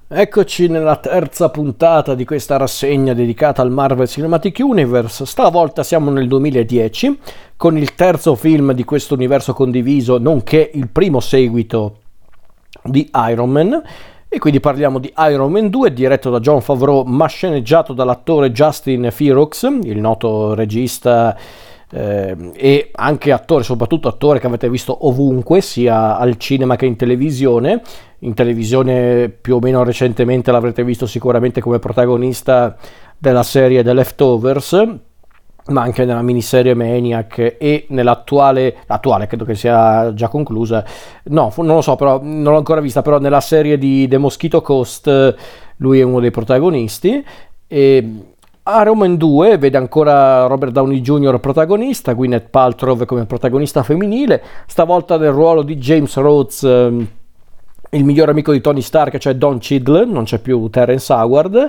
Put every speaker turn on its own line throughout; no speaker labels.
Eccoci nella terza puntata di questa rassegna dedicata al Marvel Cinematic Universe. Stavolta siamo nel 2010 con il terzo film di questo universo condiviso, nonché il primo seguito di Iron Man. E quindi parliamo di Iron Man 2, diretto da Jon Favreau, ma sceneggiato dall'attore Justin Theroux, il noto regista e anche attore, soprattutto attore che avete visto ovunque, sia al cinema che in televisione. In televisione più o meno recentemente l'avrete visto sicuramente come protagonista della serie The Leftovers, ma anche nella miniserie Maniac e attuale credo che sia già conclusa, no, non lo so, però non l'ho ancora vista, però nella serie di The Mosquito Coast lui è uno dei protagonisti. E Iron Man 2 vede ancora Robert Downey Jr. protagonista, Gwyneth Paltrow come protagonista femminile, stavolta nel ruolo di James Rhodes, il miglior amico di Tony Stark, cioè Don Cheadle, non c'è più Terrence Howard.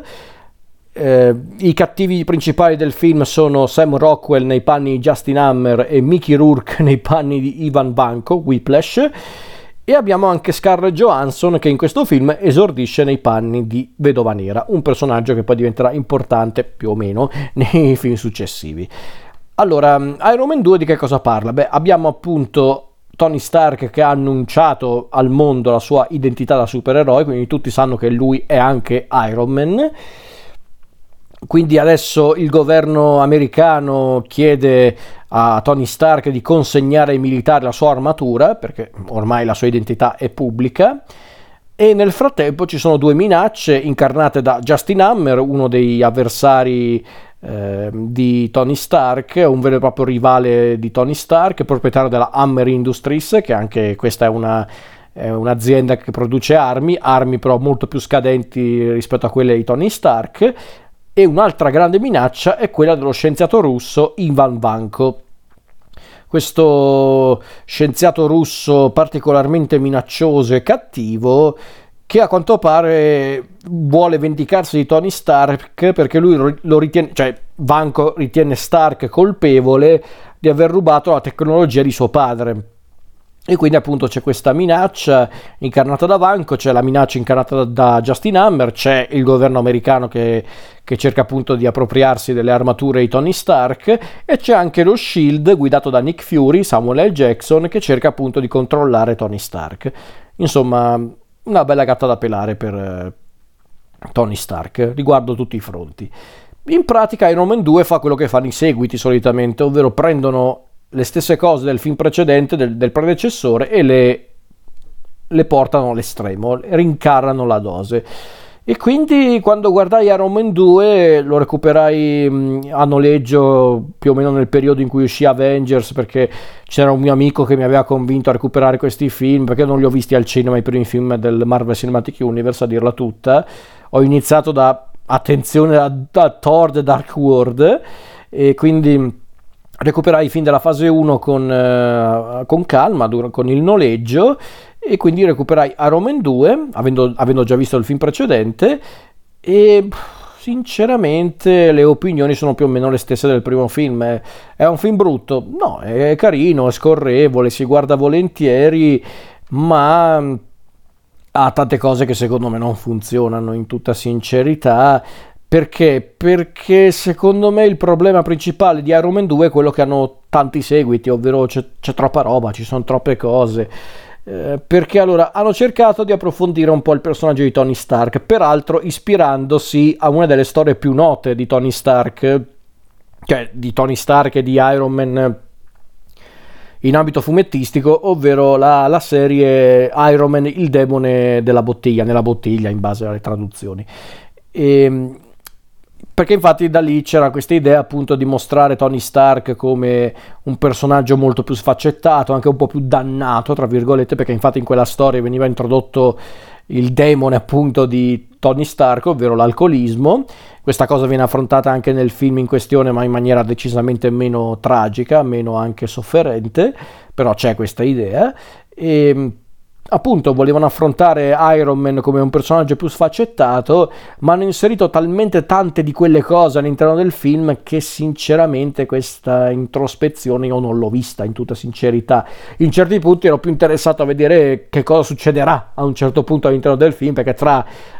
I cattivi principali del film sono Sam Rockwell nei panni di Justin Hammer e Mickey Rourke nei panni di Ivan Vanko, Whiplash, e abbiamo anche Scarlett Johansson che in questo film esordisce nei panni di Vedova Nera, un personaggio che poi diventerà importante più o meno nei film successivi. Allora, Iron Man 2 di che cosa parla? Beh, abbiamo appunto Tony Stark che ha annunciato al mondo la sua identità da supereroe, quindi tutti sanno che lui è anche Iron Man. Quindi adesso il governo americano chiede a Tony Stark di consegnare ai militari la sua armatura, perché ormai la sua identità è pubblica. E nel frattempo ci sono due minacce incarnate da Justin Hammer, uno dei avversari di Tony Stark, un vero e proprio rivale di Tony Stark, proprietario della Hammer Industries, che anche questa è un'azienda che produce armi però molto più scadenti rispetto a quelle di Tony Stark. E un'altra grande minaccia è quella dello scienziato russo Ivan Vanko. Questo scienziato russo particolarmente minaccioso e cattivo, che a quanto pare vuole vendicarsi di Tony Stark perché lui lo ritiene, cioè Vanko ritiene Stark colpevole di aver rubato la tecnologia di suo padre. E quindi appunto c'è questa minaccia incarnata da Vanko, c'è la minaccia incarnata da Justin Hammer, c'è il governo americano che cerca appunto di appropriarsi delle armature di Tony Stark, e c'è anche lo Shield guidato da Nick Fury, Samuel L. Jackson, che cerca appunto di controllare Tony Stark. Insomma, una bella gatta da pelare per Tony Stark riguardo tutti i fronti. In pratica Iron Man 2 fa quello che fanno i seguiti solitamente, ovvero prendono le stesse cose del film precedente, del predecessore, e le portano all'estremo, rincarano la dose. E quindi quando guardai Iron Man 2 lo recuperai a noleggio più o meno nel periodo in cui uscì Avengers, perché c'era un mio amico che mi aveva convinto a recuperare questi film, perché non li ho visti al cinema i primi film del Marvel Cinematic Universe, a dirla tutta. Ho iniziato da Thor The Dark World, e quindi recuperai i film della fase 1 con calma, con il noleggio, e quindi recuperai Iron Man 2 avendo già visto il film precedente. E sinceramente le opinioni sono più o meno le stesse del primo film. È un film brutto? No, è carino, è scorrevole, si guarda volentieri, ma ha tante cose che secondo me non funzionano, in tutta sincerità. Perché? Perché secondo me il problema principale di Iron Man 2 è quello che hanno tanti seguiti, ovvero c'è troppa roba, ci sono troppe cose. Perché allora hanno cercato di approfondire un po' il personaggio di Tony Stark, peraltro ispirandosi a una delle storie più note di Tony Stark, cioè di Tony Stark e di Iron Man in ambito fumettistico, ovvero la serie Iron Man, il demone della bottiglia, nella bottiglia in base alle traduzioni. Perché infatti da lì c'era questa idea appunto di mostrare Tony Stark come un personaggio molto più sfaccettato, anche un po' più dannato tra virgolette, perché infatti in quella storia veniva introdotto il demone appunto di Tony Stark, ovvero l'alcolismo. Questa cosa viene affrontata anche nel film in questione, ma in maniera decisamente meno tragica, meno anche sofferente, però c'è questa idea. appunto volevano affrontare Iron Man come un personaggio più sfaccettato, ma hanno inserito talmente tante di quelle cose all'interno del film che sinceramente questa introspezione io non l'ho vista, in tutta sincerità. In certi punti ero più interessato a vedere che cosa succederà a un certo punto all'interno del film, perché tra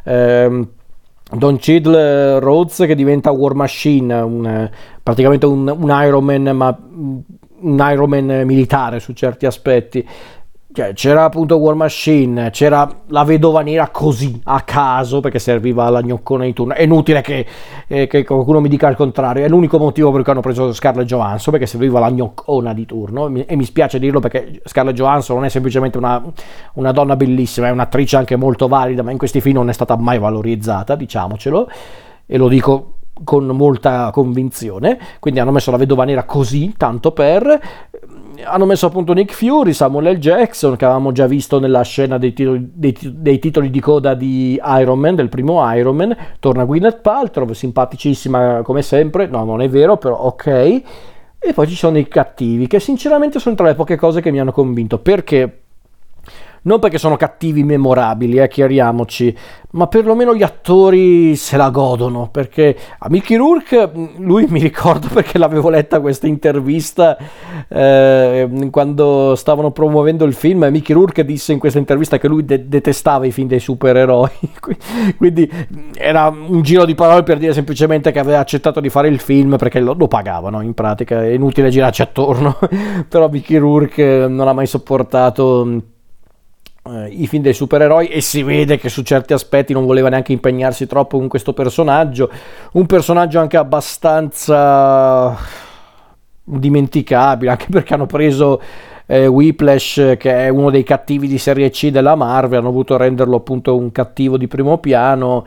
Don Cheadle Rhodes che diventa War Machine, praticamente un Iron Man, ma un Iron Man militare su certi aspetti. Cioè, c'era appunto War Machine, c'era la vedova nera così a caso perché serviva la gnoccona di turno. È inutile che qualcuno mi dica il contrario, è l'unico motivo per cui hanno preso Scarlett Johansson, perché serviva la gnoccona di turno. E mi spiace dirlo perché Scarlett Johansson non è semplicemente una donna bellissima, è un'attrice anche molto valida, ma in questi film non è stata mai valorizzata, diciamocelo, e lo dico con molta convinzione. Quindi hanno messo la vedova nera così, tanto per. Hanno messo appunto Nick Fury, Samuel L. Jackson, che avevamo già visto nella scena dei titoli di coda di Iron Man, del primo Iron Man. Torna Gwyneth Paltrow, simpaticissima come sempre, no, non è vero, però ok. E poi ci sono i cattivi, che sinceramente sono tra le poche cose che mi hanno convinto, perché non perché sono cattivi memorabili, chiariamoci, ma perlomeno gli attori se la godono, perché a Mickey Rourke, lui mi ricordo perché l'avevo letta questa intervista quando stavano promuovendo il film, e Mickey Rourke disse in questa intervista che lui detestava i film dei supereroi, quindi era un giro di parole per dire semplicemente che aveva accettato di fare il film perché lo pagavano, in pratica è inutile girarci attorno. Però Mickey Rourke non ha mai sopportato i film dei supereroi, e si vede che su certi aspetti non voleva neanche impegnarsi troppo con questo personaggio, un personaggio anche abbastanza dimenticabile, anche perché hanno preso Whiplash, che è uno dei cattivi di serie C della Marvel, hanno voluto renderlo appunto un cattivo di primo piano,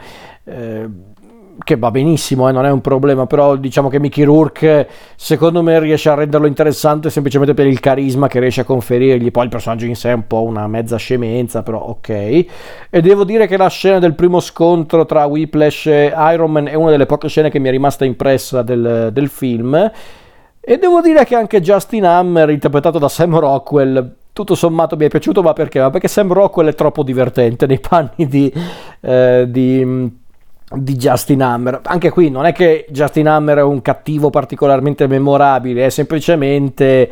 che va benissimo, non è un problema, però diciamo che Mickey Rourke secondo me riesce a renderlo interessante semplicemente per il carisma che riesce a conferirgli. Poi il personaggio in sé è un po' una mezza scemenza, però ok. E devo dire che la scena del primo scontro tra Whiplash e Iron Man è una delle poche scene che mi è rimasta impressa del film, e devo dire che anche Justin Hammer, interpretato da Sam Rockwell, tutto sommato mi è piaciuto. Ma perché? Ma perché Sam Rockwell è troppo divertente nei panni di Justin Hammer. Anche qui non è che Justin Hammer è un cattivo particolarmente memorabile, è semplicemente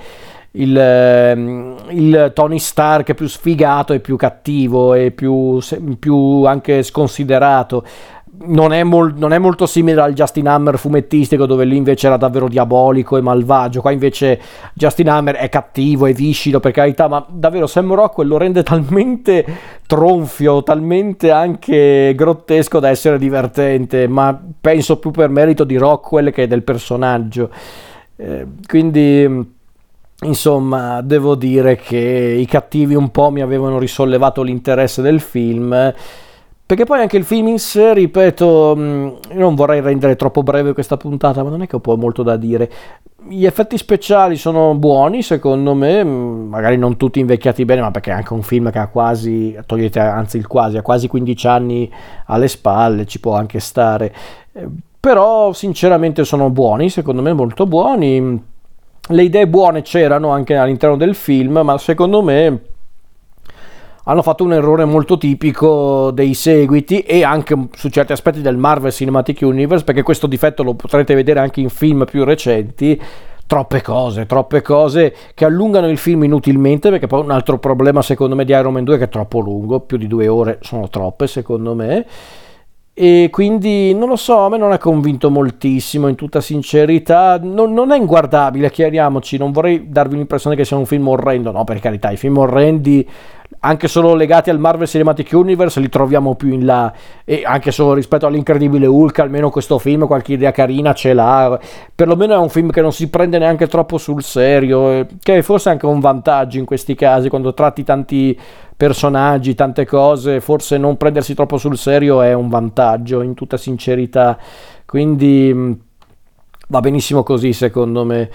il Tony Stark più sfigato e più cattivo e più anche sconsiderato. Non è molto simile al Justin Hammer fumettistico, dove lì invece era davvero diabolico e malvagio. Qua invece Justin Hammer è cattivo e viscido, per carità, ma davvero Sam Rockwell lo rende talmente tronfio, talmente anche grottesco da essere divertente, ma penso più per merito di Rockwell che del personaggio. Quindi insomma devo dire che i cattivi un po' mi avevano risollevato l'interesse del film. Perché poi anche il film in sé, ripeto, io non vorrei rendere troppo breve questa puntata, ma non è che ho poi molto da dire. Gli effetti speciali sono buoni, secondo me, magari non tutti invecchiati bene, ma perché è anche un film che ha quasi, togliete anzi il quasi, ha quasi 15 anni alle spalle, ci può anche stare. Però sinceramente sono buoni, secondo me molto buoni. Le idee buone c'erano anche all'interno del film, ma secondo me hanno fatto un errore molto tipico dei seguiti e anche su certi aspetti del Marvel Cinematic Universe, perché questo difetto lo potrete vedere anche in film più recenti. Troppe cose che allungano il film inutilmente, perché poi un altro problema secondo me di Iron Man 2 è che è troppo lungo, più di 2 ore sono troppe secondo me, e quindi non lo so, a me non ha convinto moltissimo, in tutta sincerità. Non è inguardabile, chiariamoci, non vorrei darvi l'impressione che sia un film orrendo, no, per carità, i film orrendi anche solo legati al Marvel Cinematic Universe li troviamo più in là, e anche solo rispetto all'Incredibile Hulk, almeno questo film qualche idea carina ce l'ha, perlomeno è un film che non si prende neanche troppo sul serio, che è forse anche un vantaggio in questi casi, quando tratti tanti personaggi, tante cose, forse non prendersi troppo sul serio è un vantaggio, in tutta sincerità. Quindi va benissimo così secondo me,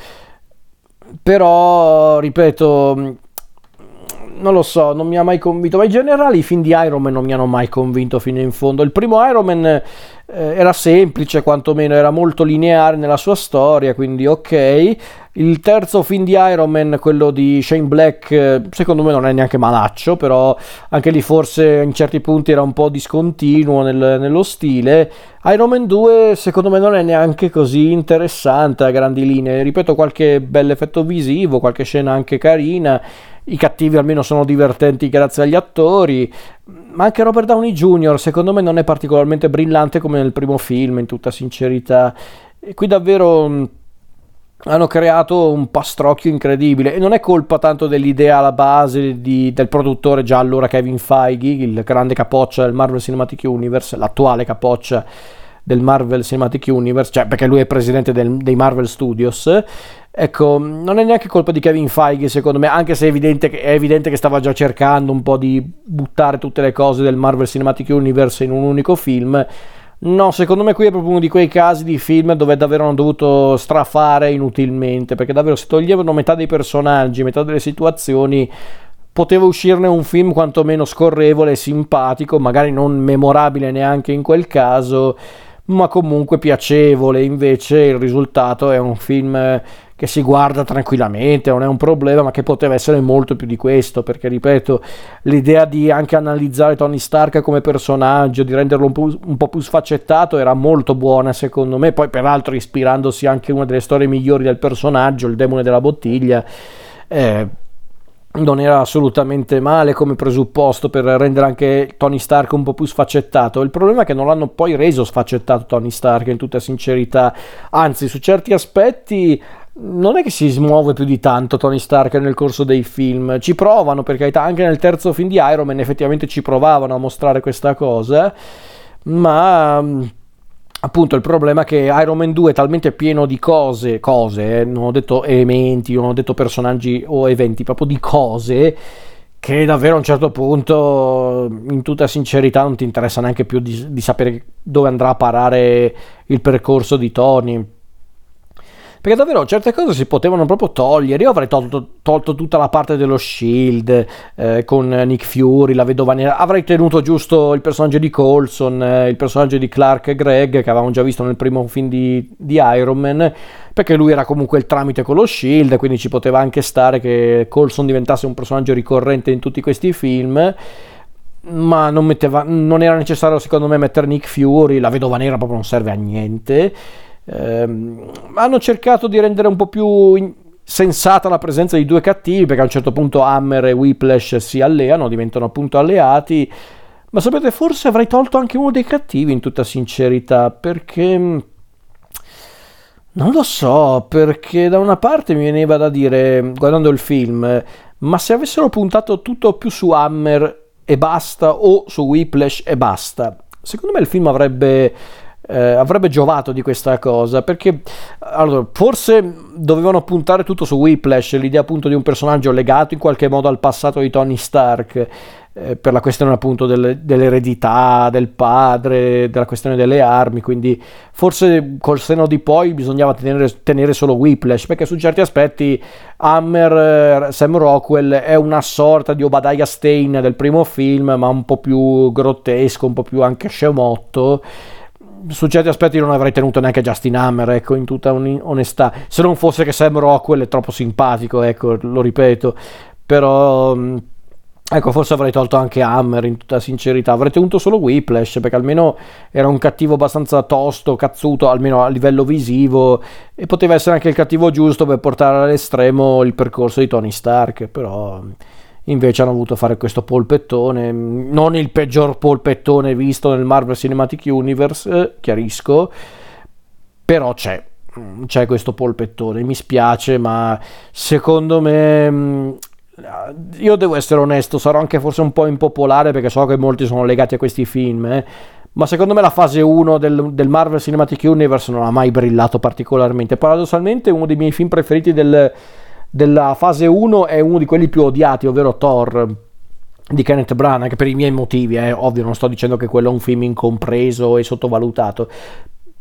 però ripeto, non lo so, non mi ha mai convinto, ma in generale i film di Iron Man non mi hanno mai convinto fino in fondo. Il primo Iron Man era semplice, quantomeno era molto lineare nella sua storia, quindi ok. Il terzo film di Iron Man, quello di Shane Black, secondo me non è neanche malaccio, però anche lì forse in certi punti era un po' discontinuo nello stile. Iron Man 2 secondo me non è neanche così interessante a grandi linee, ripeto, qualche bel effetto visivo, qualche scena anche carina, i cattivi almeno sono divertenti grazie agli attori, ma anche Robert Downey Jr. secondo me non è particolarmente brillante come nel primo film, in tutta sincerità, e qui davvero hanno creato un pastrocchio incredibile, e non è colpa tanto dell'idea alla base del produttore già allora Kevin Feige, il grande capoccia del Marvel Cinematic Universe, l'attuale capoccia del Marvel Cinematic Universe, cioè perché lui è presidente dei Marvel Studios. Ecco, non è neanche colpa di Kevin Feige secondo me, anche se è evidente che stava già cercando un po' di buttare tutte le cose del Marvel Cinematic Universe in un unico film. No, secondo me qui è proprio uno di quei casi di film dove davvero hanno dovuto strafare inutilmente, perché davvero si toglievano metà dei personaggi, metà delle situazioni, poteva uscirne un film quantomeno scorrevole e simpatico, magari non memorabile neanche in quel caso, ma comunque piacevole. Invece il risultato è un film che si guarda tranquillamente, non è un problema, ma che poteva essere molto più di questo, perché ripeto, l'idea di anche analizzare Tony Stark come personaggio, di renderlo un po' più sfaccettato era molto buona secondo me, poi peraltro ispirandosi anche a una delle storie migliori del personaggio, il demone della bottiglia, non era assolutamente male come presupposto per rendere anche Tony Stark un po' più sfaccettato. Il problema è che non l'hanno poi reso sfaccettato Tony Stark, in tutta sincerità, anzi su certi aspetti non è che si smuove più di tanto Tony Stark nel corso dei film, ci provano, per carità, anche nel terzo film di Iron Man effettivamente ci provavano a mostrare questa cosa, ma appunto il problema è che Iron Man 2 è talmente pieno di cose, non ho detto elementi, non ho detto personaggi o eventi, proprio di cose, che davvero a un certo punto, in tutta sincerità, non ti interessa neanche più di sapere dove andrà a parare il percorso di Tony. Perché davvero certe cose si potevano proprio togliere. Io avrei tolto tutta la parte dello Shield con Nick Fury, la vedova nera. Avrei tenuto giusto il personaggio di Coulson, il personaggio di Clark Gregg, che avevamo già visto nel primo film di Iron Man, perché lui era comunque il tramite con lo Shield, quindi ci poteva anche stare che Coulson diventasse un personaggio ricorrente in tutti questi film. Ma non era necessario secondo me mettere Nick Fury, la vedova nera proprio non serve a niente. Hanno cercato di rendere un po' più sensata la presenza di due cattivi, perché a un certo punto Hammer e Whiplash si alleano, diventano appunto alleati, ma sapete, forse avrei tolto anche uno dei cattivi, in tutta sincerità, perché non lo so, perché da una parte mi veniva da dire, guardando il film, ma se avessero puntato tutto più su Hammer e basta, o su Whiplash e basta, secondo me il film avrebbe giovato di questa cosa, perché allora, forse dovevano puntare tutto su Whiplash, l'idea appunto di un personaggio legato in qualche modo al passato di Tony Stark, per la questione appunto dell'eredità del padre, della questione delle armi, quindi forse col senno di poi bisognava tenere solo Whiplash, perché su certi aspetti Hammer, Sam Rockwell è una sorta di Obadiah Stane del primo film, ma un po' più grottesco, un po' più anche scemotto. Su certi aspetti non avrei tenuto neanche Justin Hammer, ecco, in tutta onestà, se non fosse che Sam Rockwell è troppo simpatico, ecco, lo ripeto, però ecco, forse avrei tolto anche Hammer, in tutta sincerità, avrei tenuto solo Whiplash, perché almeno era un cattivo abbastanza tosto, cazzuto, almeno a livello visivo, e poteva essere anche il cattivo giusto per portare all'estremo il percorso di Tony Stark, però invece hanno voluto fare questo polpettone, non il peggior polpettone visto nel Marvel Cinematic Universe, chiarisco, però c'è questo polpettone, mi spiace, ma secondo me, io devo essere onesto, sarò anche forse un po' impopolare perché so che molti sono legati a questi film, ma secondo me la fase 1 del Marvel Cinematic Universe non ha mai brillato particolarmente. Paradossalmente uno dei miei film preferiti della fase 1 è uno di quelli più odiati, ovvero Thor di Kenneth Branagh, per i miei motivi, ovvio, non sto dicendo che quello è un film incompreso e sottovalutato,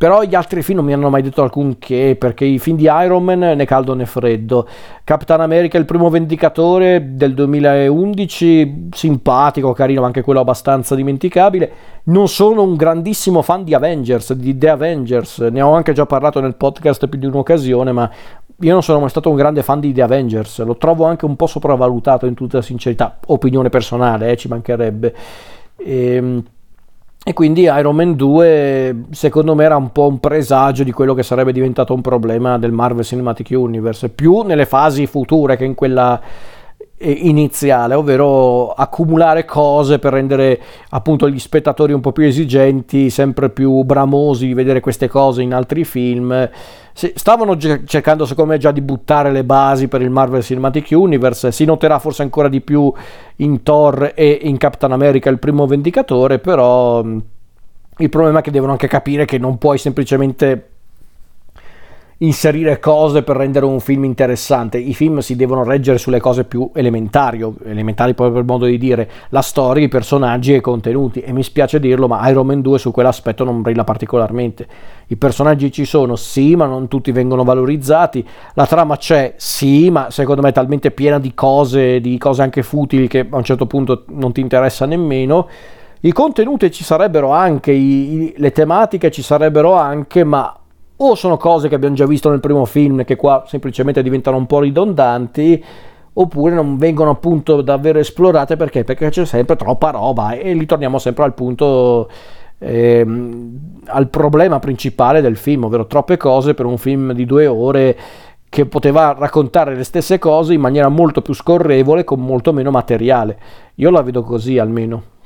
Però gli altri film non mi hanno mai detto alcunché, perché i film di Iron Man né caldo né freddo. Capitan America il primo Vendicatore del 2011, simpatico, carino, ma anche quello abbastanza dimenticabile. Non sono un grandissimo fan di Avengers, di The Avengers, ne ho anche già parlato nel podcast più di un'occasione, ma io non sono mai stato un grande fan di The Avengers, lo trovo anche un po' sopravvalutato in tutta sincerità, opinione personale, ci mancherebbe. E quindi Iron Man 2 secondo me era un po' un presagio di quello che sarebbe diventato un problema del Marvel Cinematic Universe, più nelle fasi future che in quella iniziale, ovvero accumulare cose per rendere appunto gli spettatori un po' più esigenti, sempre più bramosi di vedere queste cose in altri film. Stavano cercando secondo me già di buttare le basi per il Marvel Cinematic Universe, si noterà forse ancora di più in Thor e in Captain America il primo Vendicatore, però il problema è che devono anche capire che non puoi semplicemente inserire cose per rendere un film interessante. I film si devono reggere sulle cose più elementari proprio per modo di dire, la storia, i personaggi e i contenuti, e mi spiace dirlo, ma Iron Man 2 su quell'aspetto non brilla particolarmente. I personaggi ci sono, sì, ma non tutti vengono valorizzati, la trama c'è, sì, ma secondo me è talmente piena di cose anche futili che a un certo punto non ti interessa nemmeno. I contenuti ci sarebbero anche, le tematiche ci sarebbero anche, ma o sono cose che abbiamo già visto nel primo film che qua semplicemente diventano un po' ridondanti, oppure non vengono appunto davvero esplorate. Perché c'è sempre troppa roba, e ritorniamo sempre al punto, al problema principale del film, ovvero troppe cose per un film di 2 ore che poteva raccontare le stesse cose in maniera molto più scorrevole con molto meno materiale. Io la vedo così almeno.